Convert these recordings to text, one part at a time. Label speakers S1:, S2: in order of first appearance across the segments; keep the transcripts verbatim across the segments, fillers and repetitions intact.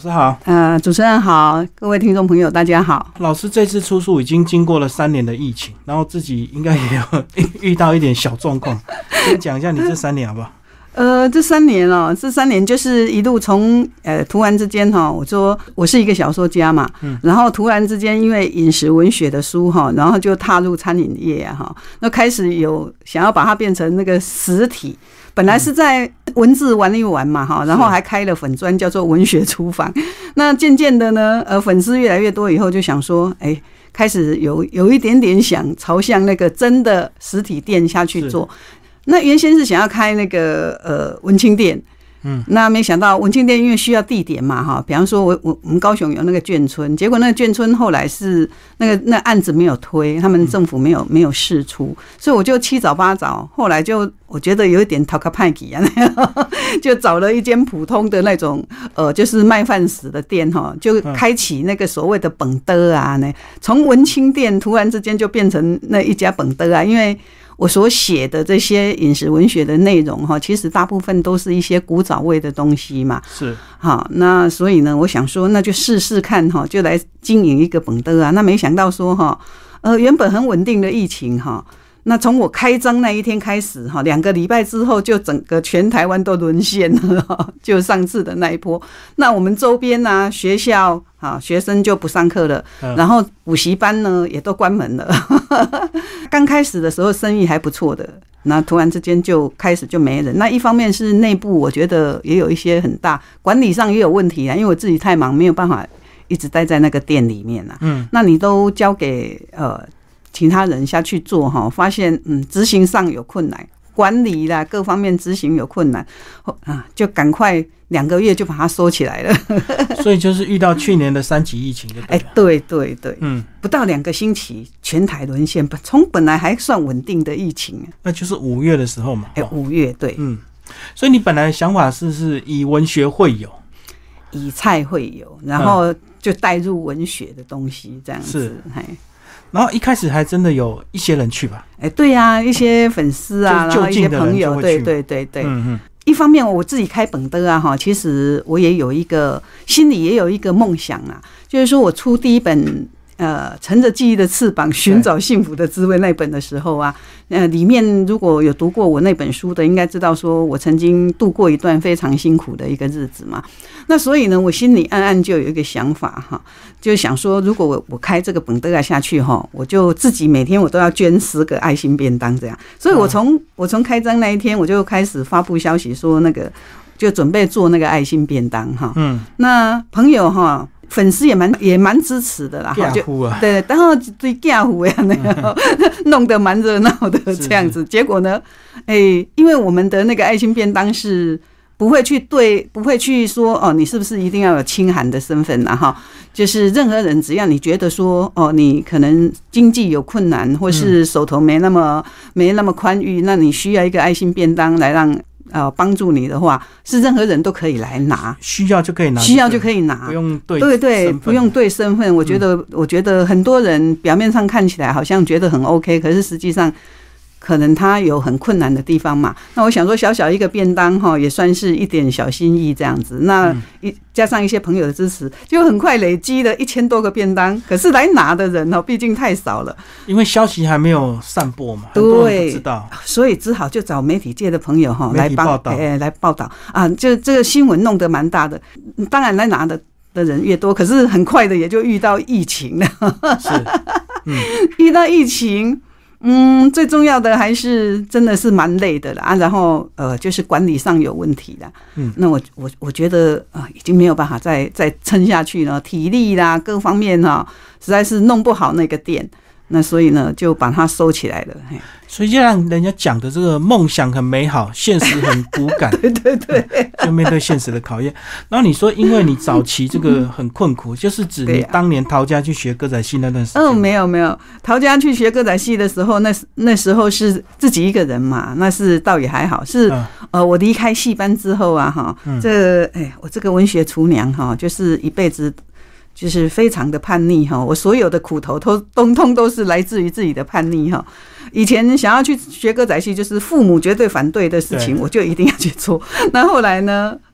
S1: 师好。
S2: 呃，主持人好，各位听众朋友大家好。
S1: 老师这次出书已经经过了三年的疫情，然后自己应该也有遇到一点小状况，先讲一下你这三年好不好？
S2: 呃，这三年哦，这三年就是一路从呃，突然之间哈，我说我是一个小说家嘛，嗯，然后突然之间因为饮食文学的书哈，然后就踏入餐饮业啊哈，那开始有想要把它变成那个实体，本来是在文字玩一玩嘛哈，然后还开了粉专叫做文学厨房，那渐渐的呢，呃，粉丝越来越多以后，就想说，哎、欸。开始有有一点点想朝向那个真的实体店下去做。那原先是想要开那个呃文青店，嗯，那没想到文青店因为需要地点嘛哈，比方说我我我们高雄有那个眷村，结果那个眷村后来是那个那案子没有推，他们政府没有没有释出，所以我就七找八找，后来就我觉得有一点讨个派给啊，就找了一间普通的那种呃就是卖饭食的店哈，就开启那个所谓的本德啊呢，从文青店突然之间就变成那一家本德啊，因为我所写的这些饮食文学的内容哈，其实大部分都是一些古早味的东西嘛。
S1: 是，
S2: 好，那所以呢，我想说，那就试试看哈，就来经营一个本德啊。那没想到说哈，呃，原本很稳定的疫情哈，那从我开张那一天开始哈，两个礼拜之后就整个全台湾都沦陷了，就上次的那一波。那我们周边啊，学校啊，学生就不上课了，然后补习班呢也都关门了。刚开始的时候生意还不错的，那突然之间就开始就没人。那一方面是内部我觉得也有一些很大管理上也有问题啊，因为我自己太忙，没有办法一直待在那个店里面啊。嗯，那你都交给呃其他人下去做哈，发现嗯执行上有困难，管理啦各方面执行有困难啊，就赶快两个月就把它收起来了。
S1: 所以就是遇到去年的三级疫情就对了。
S2: 哎、欸，对对对，
S1: 嗯，
S2: 不到两个星期，全台沦陷，从本来还算稳定的疫情，
S1: 那就是五月的时候嘛。
S2: 哎、欸，五月对，
S1: 嗯，所以你本来的想法是是以文学会友，
S2: 以菜会友，然后就带入文学的东西这样子，是，
S1: 然后一开始还真的有一些人去吧？
S2: 哎、欸，对啊，一些粉丝啊，然后一些朋友，对对对对，嗯嗯。一方面我自己开本德啊哈，其实我也有一个心里也有一个梦想啊，就是说我出第一本呃乘着记忆的翅膀寻找幸福的滋味那本的时候啊，呃里面如果有读过我那本书的，应该知道说我曾经度过一段非常辛苦的一个日子嘛。那所以呢，我心里暗暗就有一个想法哈，就想说，如果我我开这个本德啊下去哈，我就自己每天我都要捐十个爱心便当这样。所以我从我从开张那一天我就开始发布消息说，那个就准备做那个爱心便当哈。嗯，那朋友哈。粉丝也蛮也蛮支持的啦，
S1: 就
S2: 对，然后对家户呀那个弄得蛮热闹的这样子。结果呢，哎、欸，因为我们的那个爱心便当是不会去对，不会去说哦，你是不是一定要有清寒的身份啊？哈，就是任何人只要你觉得说哦，你可能经济有困难，或是手头没那么没那么宽裕，那你需要一个爱心便当来让。呃，帮助你的话，是任何人都可以来拿，
S1: 需要就可以拿，
S2: 需要就可以拿，
S1: 不用对，
S2: 对对，不用对身份。我觉得，嗯、我觉得很多人表面上看起来好像觉得很 OK， 可是实际上。可能他有很困难的地方嘛，那我想说小小一个便当哈，也算是一点小心意这样子。那一加上一些朋友的支持，就很快累积了一千多个便当。可是来拿的人哦，毕竟太少了，
S1: 因为消息还没有散播嘛，很多人不知道，
S2: 所以只好就找媒体界的朋友哈来报道，哎，来报道啊，就这个新闻弄得蛮大的。当然来拿的的人越多，可是很快的也就遇到疫情了。是，嗯，遇到疫情。嗯，最重要的还是真的是蛮累的啦啊，然后呃，就是管理上有问题啦。嗯，那我我我觉得啊、呃，已经没有办法再再撑下去了，体力啦各方面哈，实在是弄不好那个店。那所以呢，就把它收起来了。
S1: 所以就让人家讲的这个梦想很美好，现实很骨感。
S2: 对对对，
S1: 就面对现实的考验。然后你说，因为你早期这个很困苦，就是指你当年陶家去学歌仔戏那段时间。
S2: 嗯，没有没有，陶家去学歌仔戏的时候，那那时候是自己一个人嘛，那是倒也还好。是、嗯、呃，我离开戏班之后啊，哈，这哎，我这个文学厨娘哈，就是一辈子。就是非常的叛逆哈，我所有的苦头都通通都是来自于自己的叛逆哈。以前想要去学歌仔戏，就是父母绝对反对的事情，我就一定要去做。那后来呢，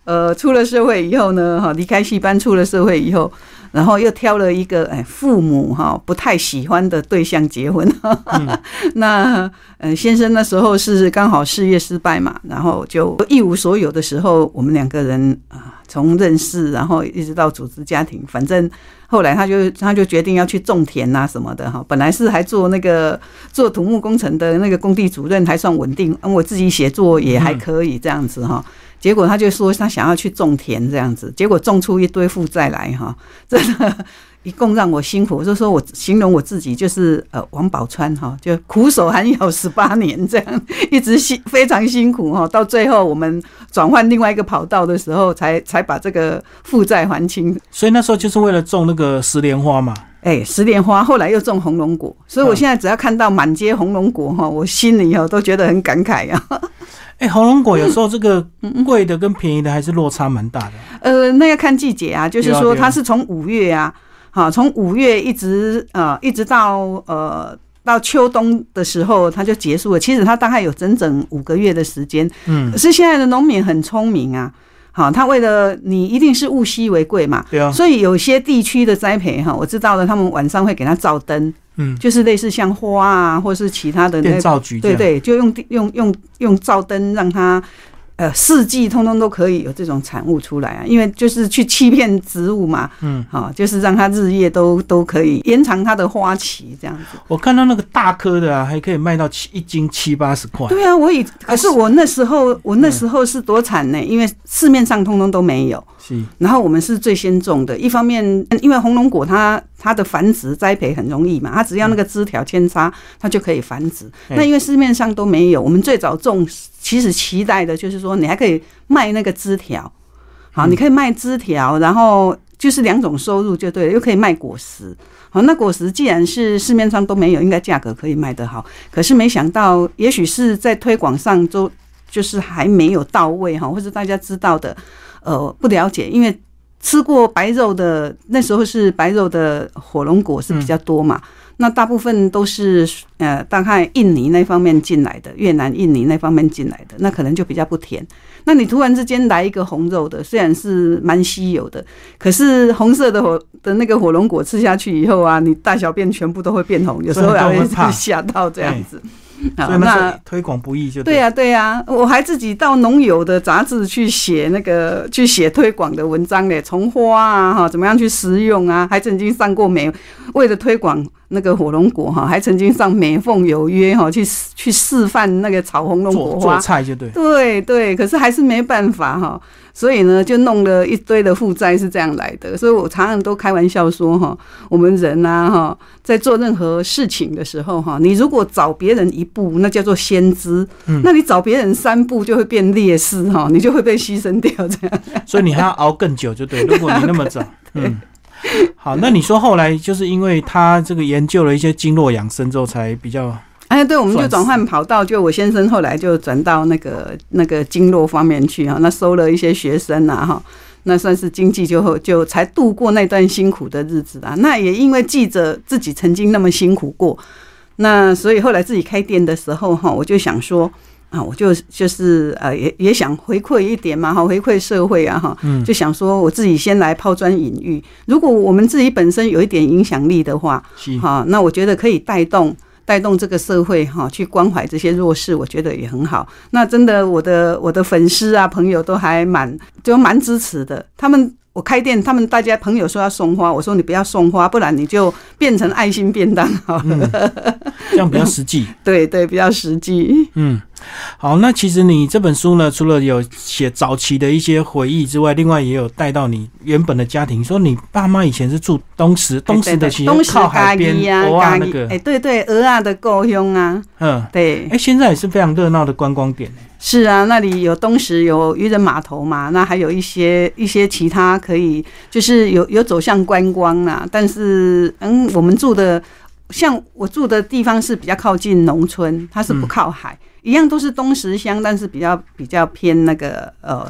S2: 呃出了社会以后呢，哈，离开戏班出了社会以后，然后又挑了一个哎父母哈不太喜欢的对象结婚。嗯、那呃先生那时候是刚好事业失败嘛，然后就一无所有的时候，我们两个人啊从认识然后一直到组织家庭，反正后来他就他就决定要去种田啊什么的哈。本来是还做那个做土木工程的那个工地主任，还算稳定，我自己写作也还可以这样子哈。结果他就说他想要去种田这样子，结果种出一堆负债来哈，真的一共让我辛苦。我就说我形容我自己就是呃王宝钏哈，就苦守寒窑十八年这样，一直辛非常辛苦哈，到最后我们转换另外一个跑道的时候才，才才把这个负债还清。
S1: 所以那时候就是为了种那个石莲花嘛。
S2: 哎、欸，石莲花，后来又种红龙果，所以我现在只要看到满街红龙果哈，我心里哈都觉得很感慨啊。
S1: 哎、欸，红龙果有时候这个贵的跟便宜的还是落差蛮大的。
S2: 呃，那要看季节啊，就是说它是从五月啊，好，从五月一直呃一直到呃到秋冬的时候，它就结束了。其实它大概有整整五个月的时间。嗯，可是现在的农民很聪明啊。好，他为了你一定是物稀为贵嘛，对啊，所以有些地区的栽培哈，我知道了，他们晚上会给他照灯，嗯，就是类似像花啊，或是其他的那
S1: 电照局，
S2: 对对，就用用用用照灯让它。呃，四季通通都可以有这种产物出来啊，因为就是去欺骗植物嘛，嗯，好、哦，就是让它日夜都都可以延长它的花期这样子。
S1: 我看到那个大颗的啊，还可以卖到七一斤七八十块。
S2: 对啊，我以可是我那时候我那时候是多惨呢、嗯，因为市面上通通都没有。是，然后我们是最先种的，一方面因为红龙果它它的繁殖栽培很容易嘛，它只要那个枝条扦插，它就可以繁殖。嗯、那因为市面上都没有，我们最早种，其实期待的就是说，你还可以卖那个枝条，好，你可以卖枝条，然后就是两种收入就对了，又可以卖果实。好，那果实既然是市面上都没有，应该价格可以卖得好。可是没想到，也许是在推广上都就是还没有到位哈，或者大家知道的。呃，不了解，因为吃过白肉的那时候是白肉的火龙果是比较多嘛，嗯、那大部分都是呃大概印尼那方面进来的，越南、印尼那方面进来的，那可能就比较不甜。那你突然之间来一个红肉的，虽然是蛮稀有的，可是红色的火的那个火龙果吃下去以后啊，你大小便全部都会变红，有时候还会吓到这样子。
S1: 所以那推广不易就
S2: 对呀、啊、对呀、啊，我还自己到农友的杂志去写那个去写推广的文章嘞，从花啊哈怎么样去食用啊，还曾经上过美为了推广那个火龙果哈，还曾经上美凤有约哈去去示范那个炒红龙果花
S1: 做菜就对
S2: 对对，可是还是没办法哈。所以呢，就弄了一堆的负债是这样来的。所以我常常都开玩笑说哈，我们人啊哈，在做任何事情的时候哈，你如果早别人一步，那叫做先知；嗯、那你早别人三步，就会变劣势哈，你就会被牺牲掉这样。
S1: 所以你还要熬更久就对。如果你那么早，嗯，好，那你说后来就是因为他这个研究了一些经络养生之后，才比较。
S2: 哎，对，我们就转换跑道，就我先生后来就转到那个那个经络方面去哈，那收了一些学生啊哈，那算是经济就就才度过那段辛苦的日子啊。那也因为记着自己曾经那么辛苦过，那所以后来自己开店的时候哈，我就想说啊，我就就是呃也也想回馈一点嘛哈，回馈社会啊哈，就想说我自己先来抛砖引玉。如果我们自己本身有一点影响力的话，哈，那我觉得可以带动。带动这个社会哈，去关怀这些弱势，我觉得也很好。那真的，我的我的粉丝啊、朋友都还蛮就蛮支持的。他们我开店，他们大家朋友说要送花，我说你不要送花，不然你就变成爱心便当好了，
S1: 嗯、这样比较实际。
S2: 对对，比较实际。
S1: 嗯，好，那其实你这本书呢，除了有写早期的一些回忆之外，另外也有带到你原本的家庭。说你爸妈以前是住东石，东石的其实靠海边，鹅啊那个，
S2: 哎，对对，鹅啊的故乡啊，嗯，对，
S1: 哎，现在也是非常热闹的观光点。
S2: 是啊，那里有东石，有渔人码头嘛，那还有一些一些其他可以，就是有有走向观光啦。但是，嗯，我们住的像我住的地方是比较靠近农村，它是不靠海。嗯，一样都是东石乡，但是比较比较偏那个呃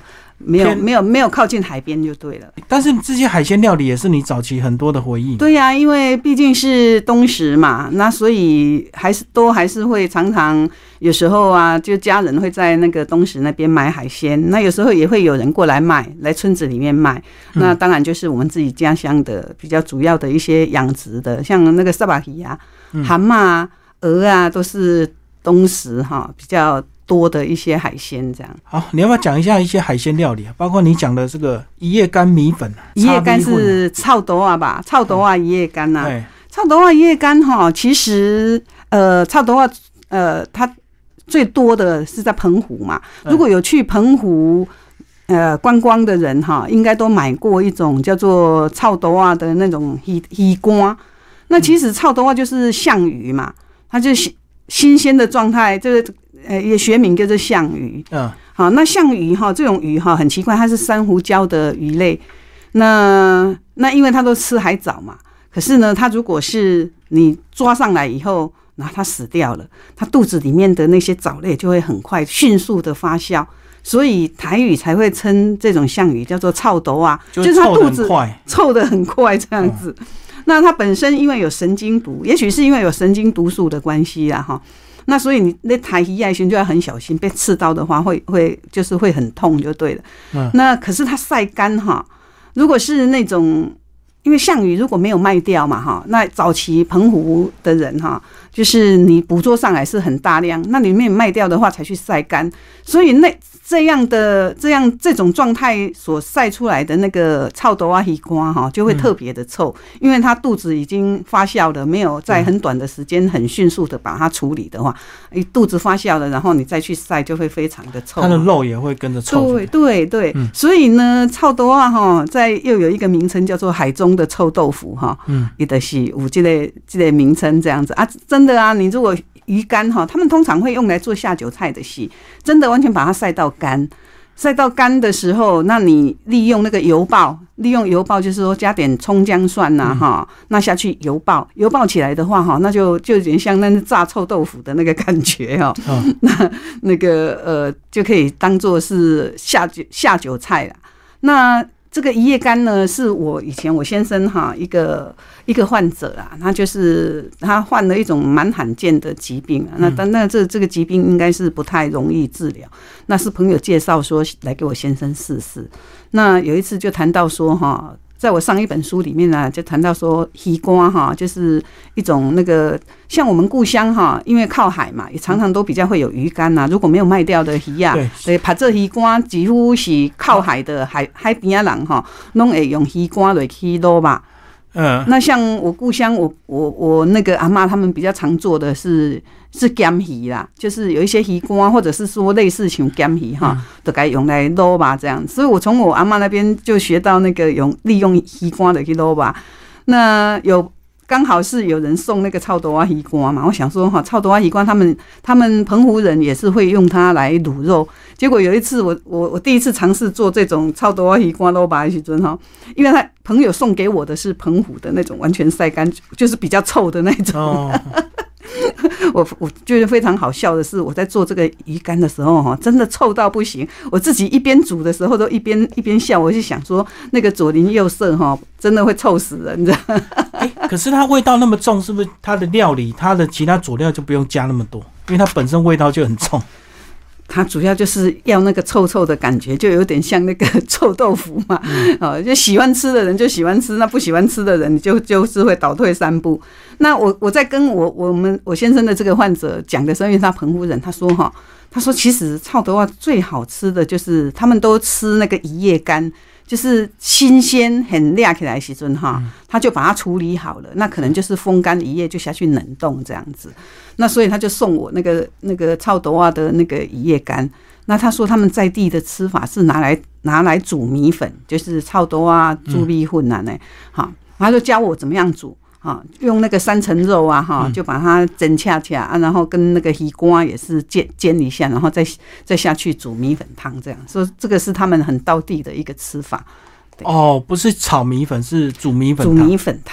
S2: 没有没有没有靠近海边就对了。
S1: 但是这些海鲜料理也是你早期很多的回忆。
S2: 对呀、啊，因为毕竟是东石嘛，那所以还是都还是会常常有时候啊，就家人会在那个东石那边买海鲜，那有时候也会有人过来卖，来村子里面卖。那当然就是我们自己家乡的比较主要的一些养殖的，像那个萨巴鱼啊、蛤蟆啊、鹅啊，都是东石哈比较多的一些海鲜这样。
S1: 好，你要不要讲一下一些海鲜料理啊？包括你讲的这个一叶干米粉、啊，
S2: 一叶干是臭豆啊吧？臭豆啊一叶干呐，臭豆啊一叶干哈，其实呃臭豆啊呃它最多的是在澎湖嘛。如果有去澎湖呃观光的人哈，应该都买过一种叫做臭豆啊的那种鱼鱼干。那其实臭豆啊就是象鱼嘛，它就是新鲜的状态，这个。呃，也学名叫做象鱼。嗯，好，那象鱼哈，这种鱼哈很奇怪，它是珊瑚礁的鱼类。那那因为它都吃海藻嘛，可是呢，它如果是你抓上来以后，然后它死掉了，它肚子里面的那些藻类就会很快迅速的发酵，所以台语才会称这种象鱼叫做臭豆啊，就是它肚子臭得很快这样子。嗯、那它本身因为有神经毒，也许是因为有神经毒素的关系啦哈。那所以你那台鱼爱心就要很小心，被刺到的话会会就是会很痛就对了。嗯，那可是它晒干哈，如果是那种因为象鱼如果没有卖掉嘛哈，那早期澎湖的人哈，就是你捕捉上来是很大量，那你没有卖掉的话才去晒干，所以那这样的这样这种状态所晒出来的那个臭豆啊鱼干哈，就会特别的臭，嗯、因为它肚子已经发酵了，没有在很短的时间很迅速的把它处理的话，嗯、肚子发酵了，然后你再去晒就会非常的臭，
S1: 它的肉也会跟着臭。
S2: 对对对，嗯、所以呢，臭豆啊哈，在又有一个名称叫做海中的臭豆腐哈，嗯，也的是有这个这个名称这样子啊，真的啊，你如果鱼干哈，他们通常会用来做下酒菜的戏，真的完全把它晒到干，晒到干的时候，那你利用那个油爆，利用油爆就是说加点葱姜蒜呐、啊、哈、嗯，那下去油爆，油爆起来的话哈，那就就有点像那炸臭豆腐的那个感觉哈，嗯、那那个呃就可以当做是下酒下酒菜啦。那这个一叶干呢，是我以前我先生哈一个一个患者啦，他就是他患了一种蛮罕见的疾病啊，那但那这这个疾病应该是不太容易治疗，那是朋友介绍说来给我先生试试。那有一次就谈到说哈，在我上一本书里面呢、啊，就谈到说鱼干哈，就是一种那个像我们故乡哈，因为靠海嘛，也常常都比较会有鱼干呐、啊。如果没有卖掉的鱼啊，对，把这鱼干几乎是靠海的海海边的人哈，拢会用鱼干来去捞吧。嗯，那像我故乡，我我我那个阿嬷他们比较常做的是是咸鱼啦，就是有一些鱼干或者是说类似像咸鱼哈，都该用来捞吧这样。所以我从我阿嬷那边就学到那个用利用鱼干的去捞吧。那有刚好是有人送那个臭豆啊鱼干嘛，我想说哈，臭豆啊鱼干他们他们澎湖人也是会用它来卤肉。结果有一次我我我第一次尝试做这种臭豆啊鱼干捞吧的时候哈，因为他朋友送给我的是澎湖的那种完全晒干，就是比较臭的那种。哦我我觉得非常好笑的是，我在做这个鱼干的时候哈，真的臭到不行。我自己一边煮的时候都一边一边笑，我就想说那个左邻右舍哈，真的会臭死人，你知道吗？
S1: 欸、可是它味道那么重，是不是它的料理它的其他佐料就不用加那么多？因为它本身味道就很重。
S2: 它主要就是要那个臭臭的感觉，就有点像那个臭豆腐嘛。嗯哦、就喜欢吃的人就喜欢吃，那不喜欢吃的人就就是会倒退三步。那我我在跟我我们我先生的这个患者讲的时候，因为他澎湖人，他说哈，他说其实臭豆腐最好吃的就是他们都吃那个一叶干。就是新鲜很亮起来的时阵哈，他就把它处理好了，那可能就是风干一夜就下去冷冻这样子。那所以他就送我那个那个臭豆腐的那个一叶干。那他说他们在地的吃法是拿来拿来煮米粉，就是臭豆腐煮米粉啊呢，好，他就教我怎么样煮。啊，用那个三层肉啊，哈，就把它蒸恰恰啊，然后跟那个鱼干也是煎煎一下，然后再再下去煮米粉汤，这样，所以这个是他们很道地的一个吃法。
S1: 哦，不是炒米粉，是煮米粉汤。
S2: 煮米粉汤，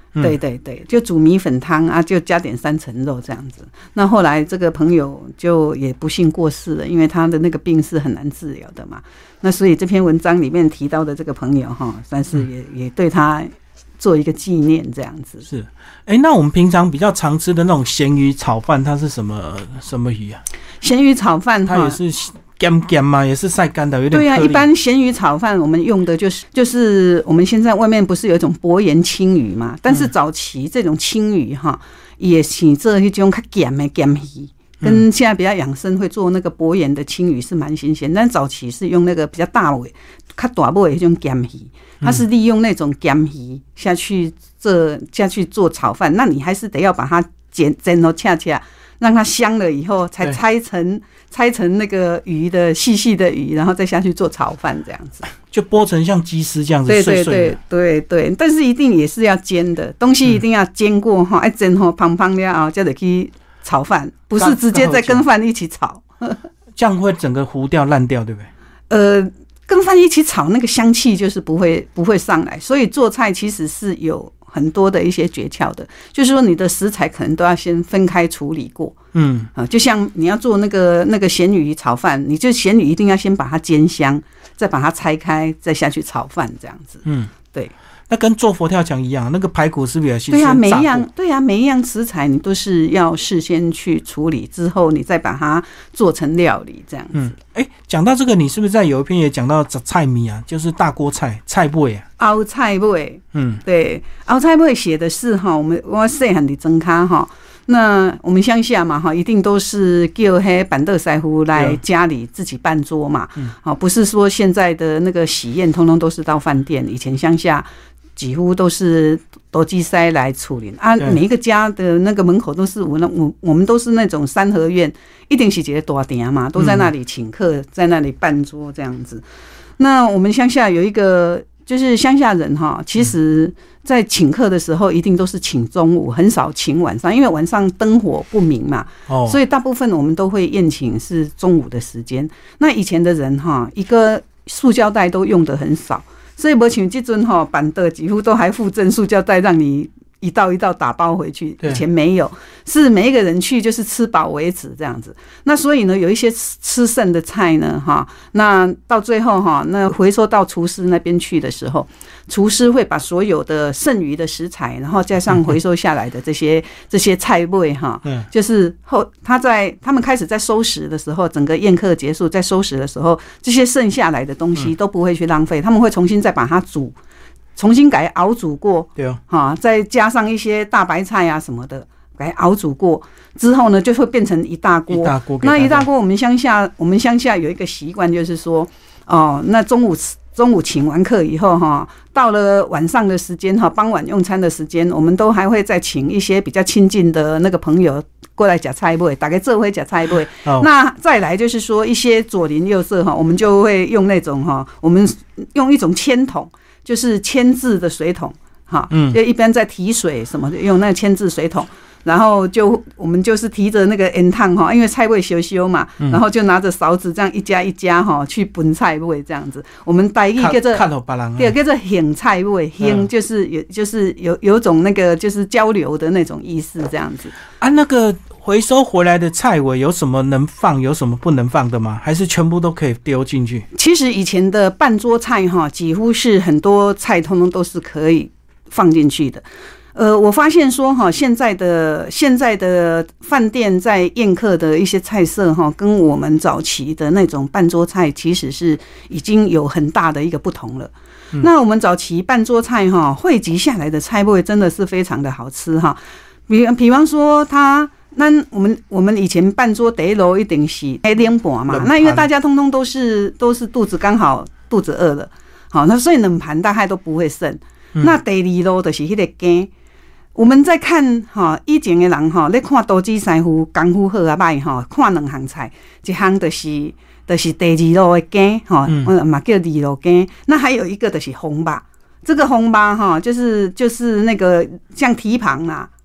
S2: 嗯、对对对，就煮米粉汤啊，就加点三层肉这样子。那后来这个朋友就也不幸过世了，因为他的那个病是很难治疗的嘛。那所以这篇文章里面提到的这个朋友哈，算是也、嗯、也对他做一个纪念这样子。
S1: 是，哎、欸，那我们平常比较常吃的那种咸鱼炒饭，它是什么什么鱼啊？
S2: 咸鱼炒饭
S1: 它也是干干嘛，也是晒干的，有点
S2: 对啊。一般咸鱼炒饭我们用的就是就是我们现在外面不是有一种薄盐青鱼嘛？但是早期这种青鱼哈，也是做一种较咸的咸鱼。跟现在比较养生会做那个薄盐的青鱼是蛮新鲜，但早期是用那个比较大尾、较大尾的那种咸鱼，它是利用那种咸鱼下去这下去做炒饭，那你还是得要把它煎煎到恰恰，让它香了以后，才拆成拆成那个鱼的细细的鱼，然后再下去做炒饭这样子，
S1: 就剥成像鸡丝这样子碎碎的。
S2: 对对对对对，但是一定也是要煎的，东西一定要煎过哈，爱煎吼胖胖了啊，才得去炒饭，不是直接再跟饭一起炒，
S1: 这样会整个糊掉烂掉，对不对？
S2: 呃，跟饭一起炒，那个香气就是不会不会上来，所以做菜其实是有很多的一些诀窍的，就是说你的食材可能都要先分开处理过，嗯啊，就像你要做那个那个咸鱼炒饭，你就咸鱼一定要先把它煎香，再把它拆开，再下去炒饭这样子，嗯，对。
S1: 那跟做佛跳墙一样，那个排骨是不是也是
S2: 对啊，每一样对啊，每一样食材你都是要事先去处理，之后你再把它做成料理这样子。嗯，
S1: 哎、欸，讲到这个，你是不是在有一篇也讲到菜米啊，就是大锅菜菜尾啊？
S2: 熬菜尾，嗯，对，熬菜尾写的是哈，我们我细汉的增卡哈。那我们乡下嘛，哈，一定都是叫黑板凳师傅来家里自己办桌嘛，好、嗯，不是说现在的那个喜宴通通都是到饭店，以前乡下几乎都是多机塞来处理啊，每一个家的那个门口都是我那我我们都是那种三合院，一定是一个大店嘛，都在那里请客，嗯、在那里办桌这样子。那我们乡下有一个。就是乡下人哈，其实在请客的时候一定都是请中午，很少请晚上，因为晚上灯火不明嘛，哦、所以大部分我们都会宴请是中午的时间。那以前的人哈，一个塑胶袋都用得很少，所以没像这阵哈板凳几乎都还附赠塑胶袋，让你一道一道打包回去。以前没有，是每一个人去就是吃饱为止这样子。那所以呢，有一些吃剩的菜呢，哈，那到最后哈，那回收到厨师那边去的时候，厨师会把所有的剩余的食材，然后加上回收下来的这些这些菜味哈，就是后他在他们开始在收拾的时候，整个宴客结束在收拾的时候，这些剩下来的东西都不会去浪费，他们会重新再把它煮。重新改熬煮过，对哦，哈，再加上一些大白菜啊什么的，改熬煮过之后呢，就会变成一大锅。一大锅，那一大锅，我们乡下，我们乡下有一个习惯，就是说，哦，那中午中午请完客以后哈，到了晚上的时间哈，傍晚用餐的时间，我们都还会再请一些比较亲近的那个朋友过来夹菜尾，大概这回夹菜尾。哦、那再来就是说一些左邻右舍哈，我们就会用那种哈，我们用一种铅筒。就是铅制的水桶，哈，嗯，就一边在提水什么的，用那个铅制水桶，然后就我们就是提着那个烟烫哈，因为菜尾修修嘛，嗯、然后就拿着勺子这样一家一家哈去分菜尾这样子。我们台语叫做对，叫做兴菜尾，兴就是有就是有有种那个就是交流的那种意思这样子
S1: 啊。那个回收回来的菜尾有什么能放，有什么不能放的吗？还是全部都可以丢进去？
S2: 其实以前的半桌菜哈，几乎是很多菜通通都是可以放进去的。呃，我发现说哈，现在的现在的饭店在宴客的一些菜色哈，跟我们早期的那种半桌菜其实是已经有很大的一个不同了。嗯、那我们早期半桌菜哈，汇集下来的菜味真的是非常的好吃哈。比比方说它。那我们我们以前办桌第一楼一定是哎冷盘嘛，那因为大家通通都是都是肚子刚好肚子饿了，好，那所以冷盘大概都不会剩。嗯、那第二楼就是那个羹。我们在看哈，以前的人哈，在看刀子师傅功夫好啊歹哈，看两行菜，一行就是就是第二楼的羹哈，嘛叫二楼羹。那还有一个就是红肉，这个红肉哈，就是就是那个像蹄膀啦。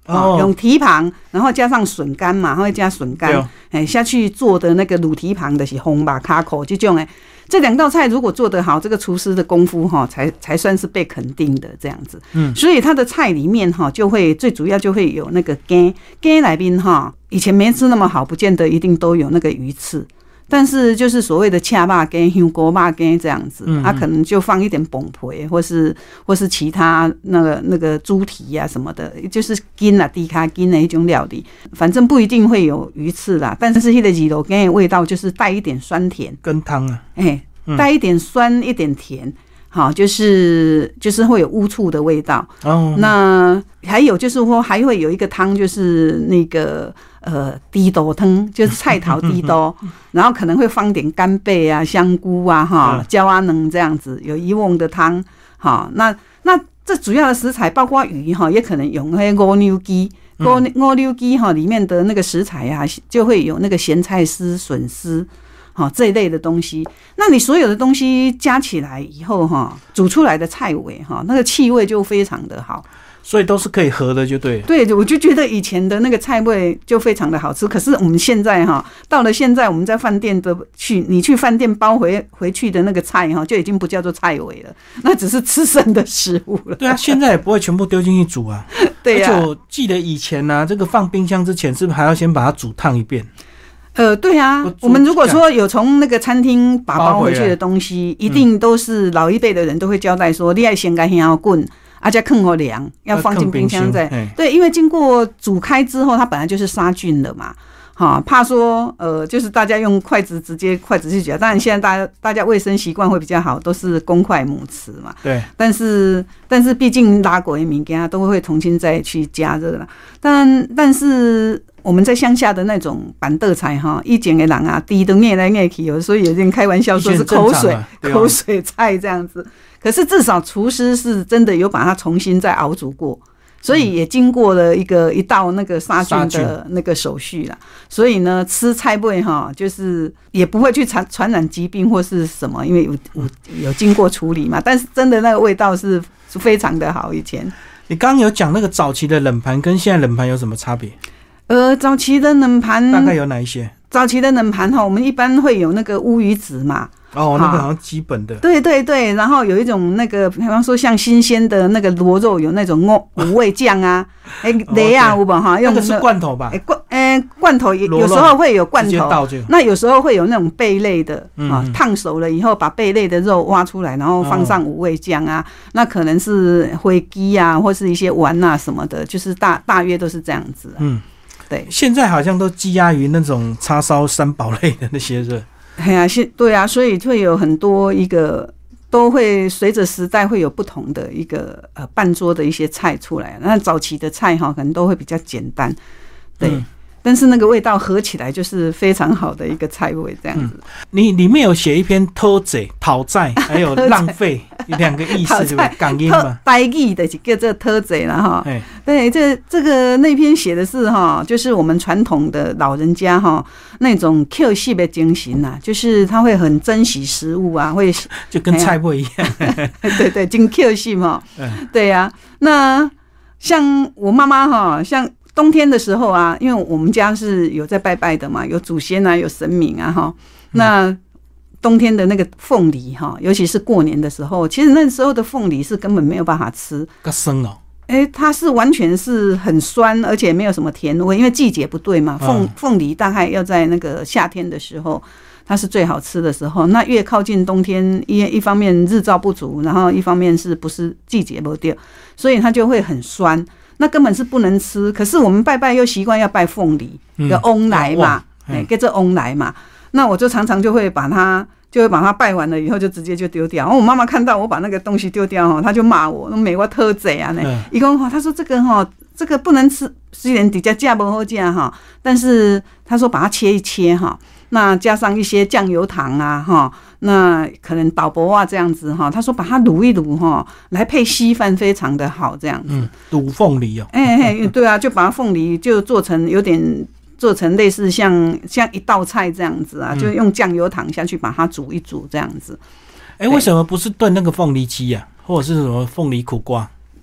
S2: 哦，用蹄膀，然后加上笋干嘛，会加笋干，哎下去做的那个卤蹄膀的是红吧卡口这种哎。这两道菜如果做得好，这个厨师的功夫哈，才才算是被肯定的这样子。嗯，所以他的菜里面哈，就会最主要就会有那个羹羹来宾哈，以前没吃那么好，不见得一定都有那个鱼翅。但是就是所谓的恰肉羹、香菇肉羹这样子，它、嗯啊、可能就放一点崩皮，或是或是其他那个那个猪蹄啊什么的，就是筋啊、低卡筋的一种料理，反正不一定会有鱼翅啦。但是那个鸡肉羹的味道就是带一点酸甜，
S1: 羹汤啊，
S2: 哎、欸，带一点酸一点甜。好，就是就是会有乌醋的味道。哦，那还有就是说还会有一个汤，就是那个呃低豆汤，就是菜头低豆，然后可能会放点干贝啊、香菇啊、哈椒啊能这样子，有一瓮的汤。好，那那这主要的食材包括鱼哈，也可能用那个五柳鸡。五五柳鸡哈里面的那个食材啊，就会有那个咸菜丝、笋丝。好，这一类的东西，那你所有的东西加起来以后哈，煮出来的菜味哈，那个气味就非常的好，
S1: 所以都是可以合的，就对了。
S2: 对，我就觉得以前的那个菜味就非常的好吃。可是我们现在哈，到了现在我们在饭店的去，你去饭店包回回去的那个菜哈，就已经不叫做菜味了，那只是吃剩的食物了。
S1: 对啊，现在也不会全部丢进去煮啊。
S2: 对呀、啊，
S1: 而且我记得以前呢、啊，这个放冰箱之前是不是还要先把它煮烫一遍？
S2: 呃，对啊，我们如果说有从那个餐厅把包回去的东西，一定都是老一辈的人都会交代说，你要先给它要滚，而且放好凉，要放进冰箱再。对，因为经过煮开之后，它本来就是杀菌的嘛，哈，怕说呃，就是大家用筷子直接筷子去夹。当然现在大家大家卫生习惯会比较好，都是公筷母匙嘛。
S1: 对，
S2: 但是但是毕竟拉过的物件都会重新再去加热了，但但是。我们在乡下的那种板凳菜哈，以前的人啊，低都念来念去，有时候有点开玩笑说是口水、啊、口水菜这样子。可是至少厨师是真的有把它重新再熬煮过，所以也经过了一个一道那个杀菌的那个手续啦。所以呢，吃菜味哈，就是也不会去传传染疾病或是什么，因为有有有经过处理嘛。但是真的那个味道是是非常的好。以前
S1: 你刚刚有讲那个早期的冷盘跟现在冷盘有什么差别？
S2: 呃，早期的冷盘
S1: 大概有哪一些？
S2: 早期的冷盘哈，我们一般会有那个乌鱼子嘛。
S1: 哦，那个好像基本的。
S2: 对对对，然后有一种那个，比方说像新鲜的那个螺肉，有那种五味酱啊，哎，雷啊，有吧哈？用
S1: 那个是罐头吧？
S2: 哎罐，哎罐头也有时候会有罐头，那有时候会有那种贝类的啊，烫熟了以后把贝类的肉挖出来，然后放上五味酱啊，那可能是灰鸡啊，或是一些丸啊什么的，就是大大约都是这样子。嗯，对。
S1: 现在好像都积压于那种叉烧三宝类的那些热。
S2: 哎呀，是，对啊，所以会有很多一个都会随着时代会有不同的一个呃半桌的一些菜出来。那早期的菜哈，可能都会比较简单，对。嗯，但是那个味道合起来就是非常好的一个菜味，这样子。嗯，
S1: 你里面有写一篇偷贼、讨债，还有浪费两个意思，对不对？港音嘛，
S2: 台语的是叫做偷贼了哈。对，这这个那篇写的是哈，就是我们传统的老人家哈那种 Q 系的精神呐，就是他会很珍惜食物啊，会
S1: 就跟菜味一样。
S2: 对对，真 Q 系嘛。对呀，啊，那像我妈妈哈，像。冬天的时候啊，因为我们家是有在拜拜的嘛，有祖先啊，有神明啊哈。那冬天的那个凤梨哈，尤其是过年的时候，其实那时候的凤梨是根本没有办法吃，
S1: 够酸哦。
S2: 哎、欸，它是完全是很酸，而且没有什么甜味，因为季节不对嘛。凤凤梨大概要在那个夏天的时候，它是最好吃的时候。那越靠近冬天，一一方面日照不足，然后一方面是不是季节不对，所以它就会很酸。那根本是不能吃，可是我们拜拜又习惯要拜凤梨，有翁来嘛，哎，跟着翁来嘛。那我就常常就会把它，就会把它拜完了以后就直接就丢掉。然后我妈妈看到我把那个东西丢掉哈，她就骂我，那美国偷贼啊！呢，一共哈，她说这个哈，这个不能吃，虽然底下价不好价哈，但是她说把它切一切哈。那加上一些酱油糖啊，哈，那可能倒薄啊这样子哈。他说把它卤一卤哈，来配稀饭非常的好，这样子。嗯，
S1: 卤凤梨哦。
S2: 哎哎，对啊，就把凤梨就做成有点做成类似像像一道菜这样子啊，嗯，就用酱油糖下去把它煮一煮这样子。
S1: 哎，为什么不是炖那个凤梨鸡啊，或者是什么凤梨苦瓜？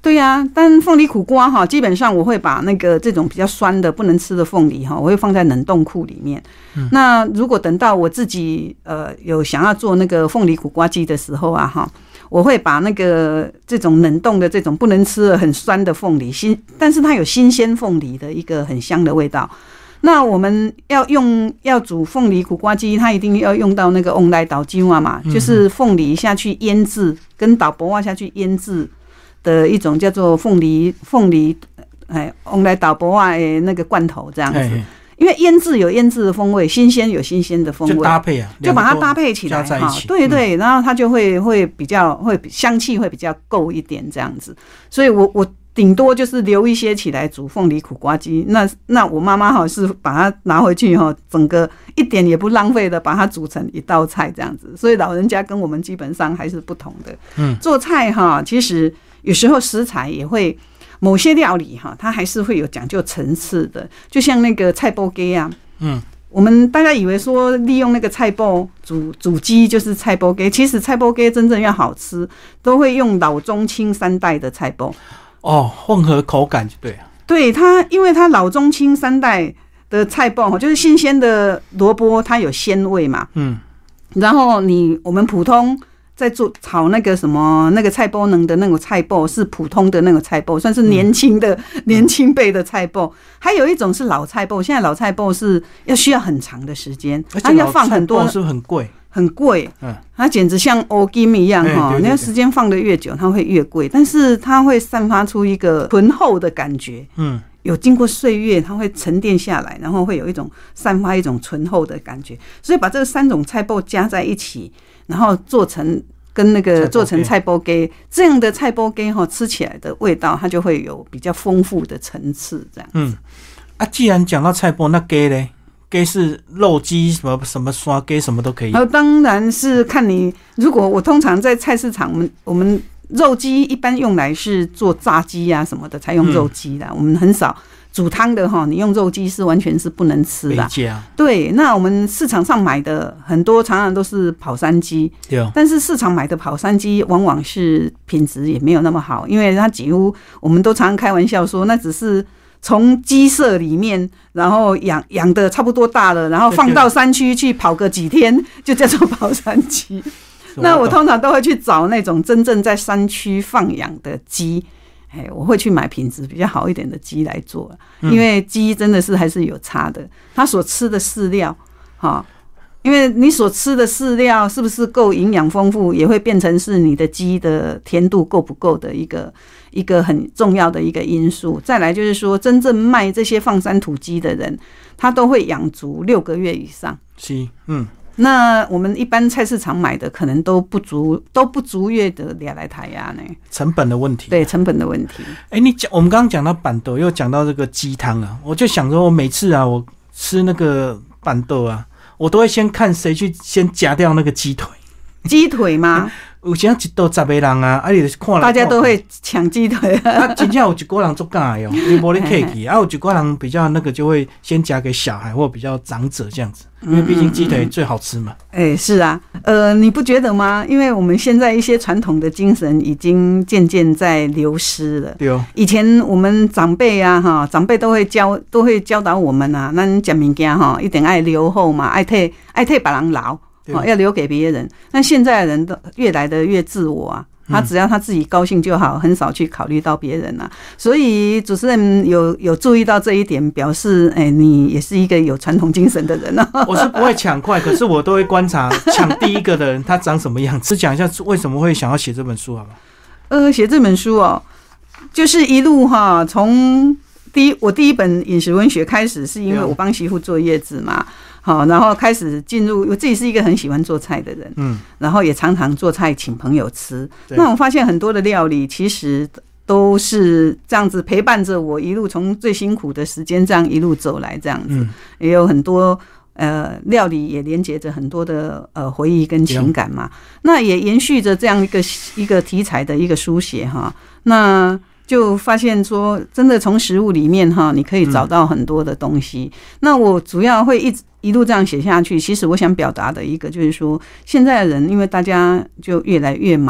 S2: 对呀、啊，但凤梨苦瓜哈，基本上我会把那个这种比较酸的不能吃的凤梨哈，我会放在冷冻库里面。嗯、那如果等到我自己呃有想要做那个凤梨苦瓜鸡的时候啊哈，我会把那个这种冷冻的这种不能吃的很酸的凤梨新，但是它有新鲜凤梨的一个很香的味道。那我们要用要煮凤梨苦瓜鸡，它一定要用到那个翁来倒金啊嘛，就是凤梨下去腌制，跟倒薄啊下去腌制的一种叫做凤梨凤梨哎翁来倒薄啊的那个罐头这样子。嘿嘿，因为腌制有腌制的风味，新鲜有新鲜的风味，
S1: 就搭配啊，
S2: 就把它搭配起来哈，对对，然后它就会会比较会香气会比较够一点这样子，所以我我。顶多就是留一些起来煮凤梨苦瓜鸡，那那我妈妈好是把它拿回去哈，整个一点也不浪费的把它煮成一道菜这样子，所以老人家跟我们基本上还是不同的。嗯，做菜哈，其实有时候食材也会某些料理哈，它还是会有讲究层次的，就像那个菜脯鸡啊，嗯。我们大家以为说利用那个菜脯煮煮鸡就是菜脯鸡，其实菜脯鸡真正要好吃，都会用老中青三代的菜脯。
S1: 哦，混合口感就对了。
S2: 对它，因为它老中青三代的菜脯就是新鲜的萝卜，它有鲜味嘛。嗯。然后你我们普通在做炒那个什么那个菜脯能的那种菜脯是普通的那个菜脯，算是年轻的、嗯、年轻辈的菜脯。还有一种是老菜脯，现在老菜脯是要需要很长的时间，它要放很多，
S1: 是不是很贵？
S2: 很贵，嗯，它简直像欧金一样哈，你要时间放得越久，它会越贵，但是它会散发出一个醇厚的感觉，嗯，有经过岁月，它会沉淀下来，然后会有一种散发一种醇厚的感觉，所以把这三种菜脯加在一起，然后做成跟那个做成菜脯鸡，这样的菜脯鸡哈，吃起来的味道它就会有比较丰富的层次，这样子。嗯，
S1: 啊，既然讲到菜脯，那鸡嘞？鸡是肉鸡什么什么刷鸡什么都可以。
S2: 当然是看你，如果我通常在菜市场，我们我们肉鸡一般用来是做炸鸡啊什么的才用肉鸡的、嗯，我们很少煮汤的哈，你用肉鸡是完全是不能吃的。对，那我们市场上买的很多常常都是跑山鸡，但是市场买的跑山鸡往往是品质也没有那么好，因为它几乎我们都常常开玩笑说，那只是从鸡舍里面，然后养养的差不多大了，然后放到山区去跑个几天，就叫做跑山鸡。那我通常都会去找那种真正在山区放养的鸡，哎，我会去买品质比较好一点的鸡来做，因为鸡真的是还是有差的，它所吃的饲料，哈。因为你所吃的饲料是不是够营养丰富，也会变成是你的鸡的甜度够不够的一个一个很重要的一个因素。再来就是说，真正卖这些放山土鸡的人，他都会养足六个月以上。
S1: 是，嗯。
S2: 那我们一般菜市场买的可能都不足，都不足月的俩来台呀呢。
S1: 成本的问题。
S2: 对，成本的问题。
S1: 哎、欸，你讲，我们刚刚讲到板豆，又讲到这个鸡汤啊，我就想说，我每次啊，我吃那个板豆啊。我都会先看谁去先夹掉那个鸡腿，
S2: 鸡腿吗？
S1: 有时一道十个人啊，啊，你看
S2: 大家都会抢鸡腿
S1: 啊。真正有一个人做假的哦，因为没得客气啊。有一个人比较那个，就会先夹给小孩或比较长者这样子，因为毕竟鸡腿最好吃嘛。
S2: 哎、欸，是啊，呃，你不觉得吗？因为我们现在一些传统的精神已经渐渐在流失了。
S1: 对哦，
S2: 以前我们长辈啊，哈，长辈都会教，都会教导我们啊，咱吃物件哈，一定爱留后嘛，爱替爱替别人留。哦、要留给别人，但现在的人都越来的越自我啊，他只要他自己高兴就好，很少去考虑到别人啊。所以主持人有有注意到这一点，表示哎、欸，你也是一个有传统精神的人啊。
S1: 我是不会抢快，可是我都会观察抢第一个的人他长什么样子。讲一下为什么会想要写这本书好不好？
S2: 呃，写这本书哦，就是一路哈，从第一我第一本饮食文学开始，是因为我帮媳妇坐月子嘛。好，然后开始进入，我自己是一个很喜欢做菜的人，嗯，然后也常常做菜请朋友吃。那我发现很多的料理其实都是这样子陪伴着我一路从最辛苦的时间这样一路走来，这样子、嗯、也有很多呃料理也连接着很多的呃回忆跟情感嘛。那也延续着这样一个一个题材的一个书写哈，那。就发现说，真的从食物里面哈，你可以找到很多的东西。嗯、那我主要会一直一路这样写下去。其实我想表达的一个就是说，现在的人因为大家就越来越忙，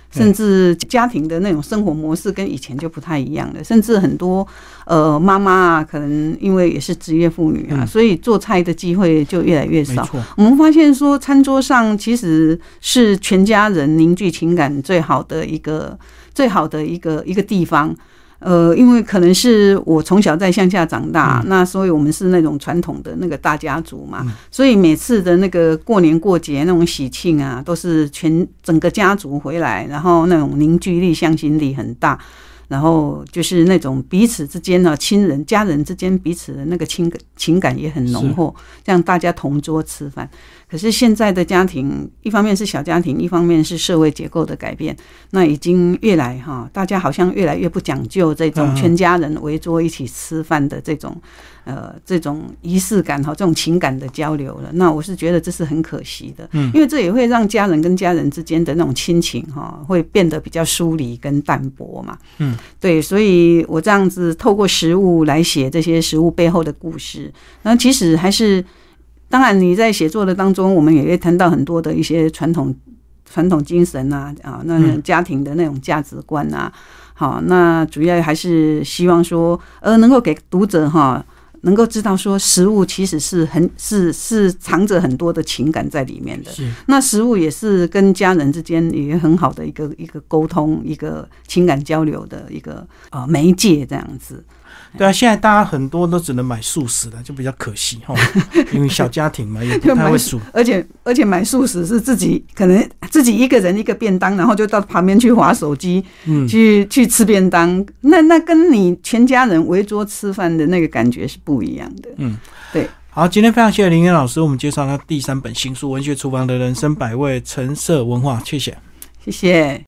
S2: 甚至家庭的那种生活模式跟以前就不太一样了，甚至很多呃妈妈啊，可能因为也是职业妇女啊，嗯、所以做菜的机会就越来越少。我们发现说，餐桌上其实是全家人凝聚情感最好的一个最好的一个一个地方。呃，因为可能是我从小在乡下长大，嗯、那所以我们是那种传统的那个大家族嘛，嗯、所以每次的那个过年过节那种喜庆啊，都是全整个家族回来，然后那种凝聚力、向心力很大。然后就是那种彼此之间呢，亲人、家人之间彼此的那个情感情感也很浓厚，这样大家同桌吃饭。可是现在的家庭，一方面是小家庭，一方面是社会结构的改变，那已经越来哈，大家好像越来越不讲究这种全家人围桌一起吃饭的这种呃这种仪式感哈，这种情感的交流了。那我是觉得这是很可惜的，嗯，因为这也会让家人跟家人之间的那种亲情哈，会变得比较疏离跟淡薄嘛，嗯。对，所以我这样子透过食物来写这些食物背后的故事，那其实还是，当然你在写作的当中，我们也会谈到很多的一些传统传统精神啊，啊，那种家庭的那种价值观啊，好，那主要还是希望说，呃，能够给读者哈。能够知道说食物其实是很是是藏着很多的情感在里面的，那食物也是跟家人之间也很好的一个一个沟通、一个情感交流的一个呃媒介这样子。
S1: 对啊，现在大家很多都只能买素食的，就比较可惜哈，因为小家庭嘛，也不太会煮，
S2: 而且而且买素食是自己可能自己一个人一个便当，然后就到旁边去滑手机，嗯，去去吃便当，那那跟你全家人围桌吃饭的那个感觉是不一样的，嗯，对。
S1: 好，今天非常谢谢林燕老师，我们介绍他第三本新书《文学厨房的人生百味》，橙色文化，谢谢，
S2: 谢谢。